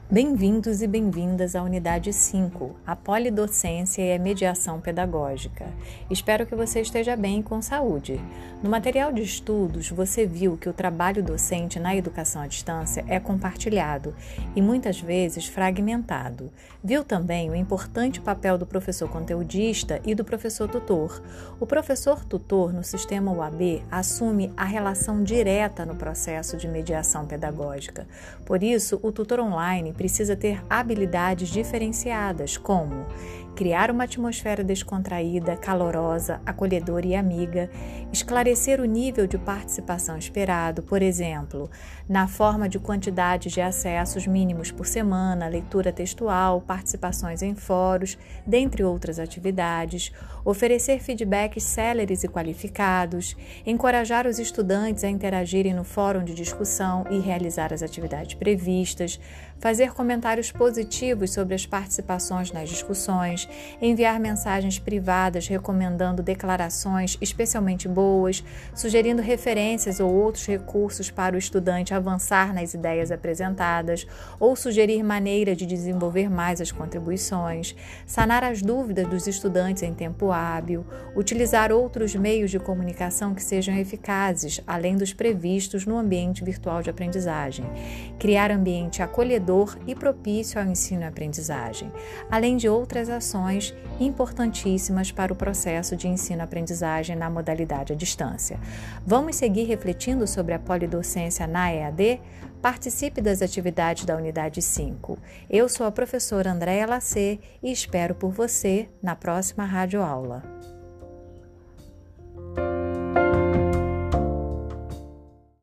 Bem-vindos e bem-vindas à Unidade 5, a Polidocência e a Mediação Pedagógica. Espero que você esteja bem e com saúde. No material de estudos, você viu que o trabalho docente na educação à distância é compartilhado e muitas vezes fragmentado. Viu também o importante papel do professor conteudista e do professor tutor. O professor tutor no sistema UAB assume a relação direta no processo de mediação pedagógica. Por isso, o tutor online precisa ter habilidades diferenciadas, como criar uma atmosfera descontraída, calorosa, acolhedora e amiga, esclarecer o nível de participação esperado, por exemplo, na forma de quantidade de acessos mínimos por semana, leitura textual, participações em fóruns, dentre outras atividades, oferecer feedbacks céleres e qualificados, encorajar os estudantes a interagirem no fórum de discussão e realizar as atividades previstas, fazer comentários positivos sobre as participações nas discussões, enviar mensagens privadas recomendando declarações especialmente boas, sugerindo referências ou outros recursos para o estudante avançar nas ideias apresentadas, ou sugerir maneira de desenvolver mais as contribuições, sanar as dúvidas dos estudantes em tempo hábil, utilizar outros meios de comunicação que sejam eficazes, além dos previstos no ambiente virtual de aprendizagem, criar ambiente acolhedor e propício ao ensino e aprendizagem, além de outras ações importantíssimas para o processo de ensino-aprendizagem na modalidade à distância. Vamos seguir refletindo sobre a polidocência na EAD? Participe das atividades da Unidade 5. Eu sou a professora Andréa Lacê e espero por você na próxima radioaula.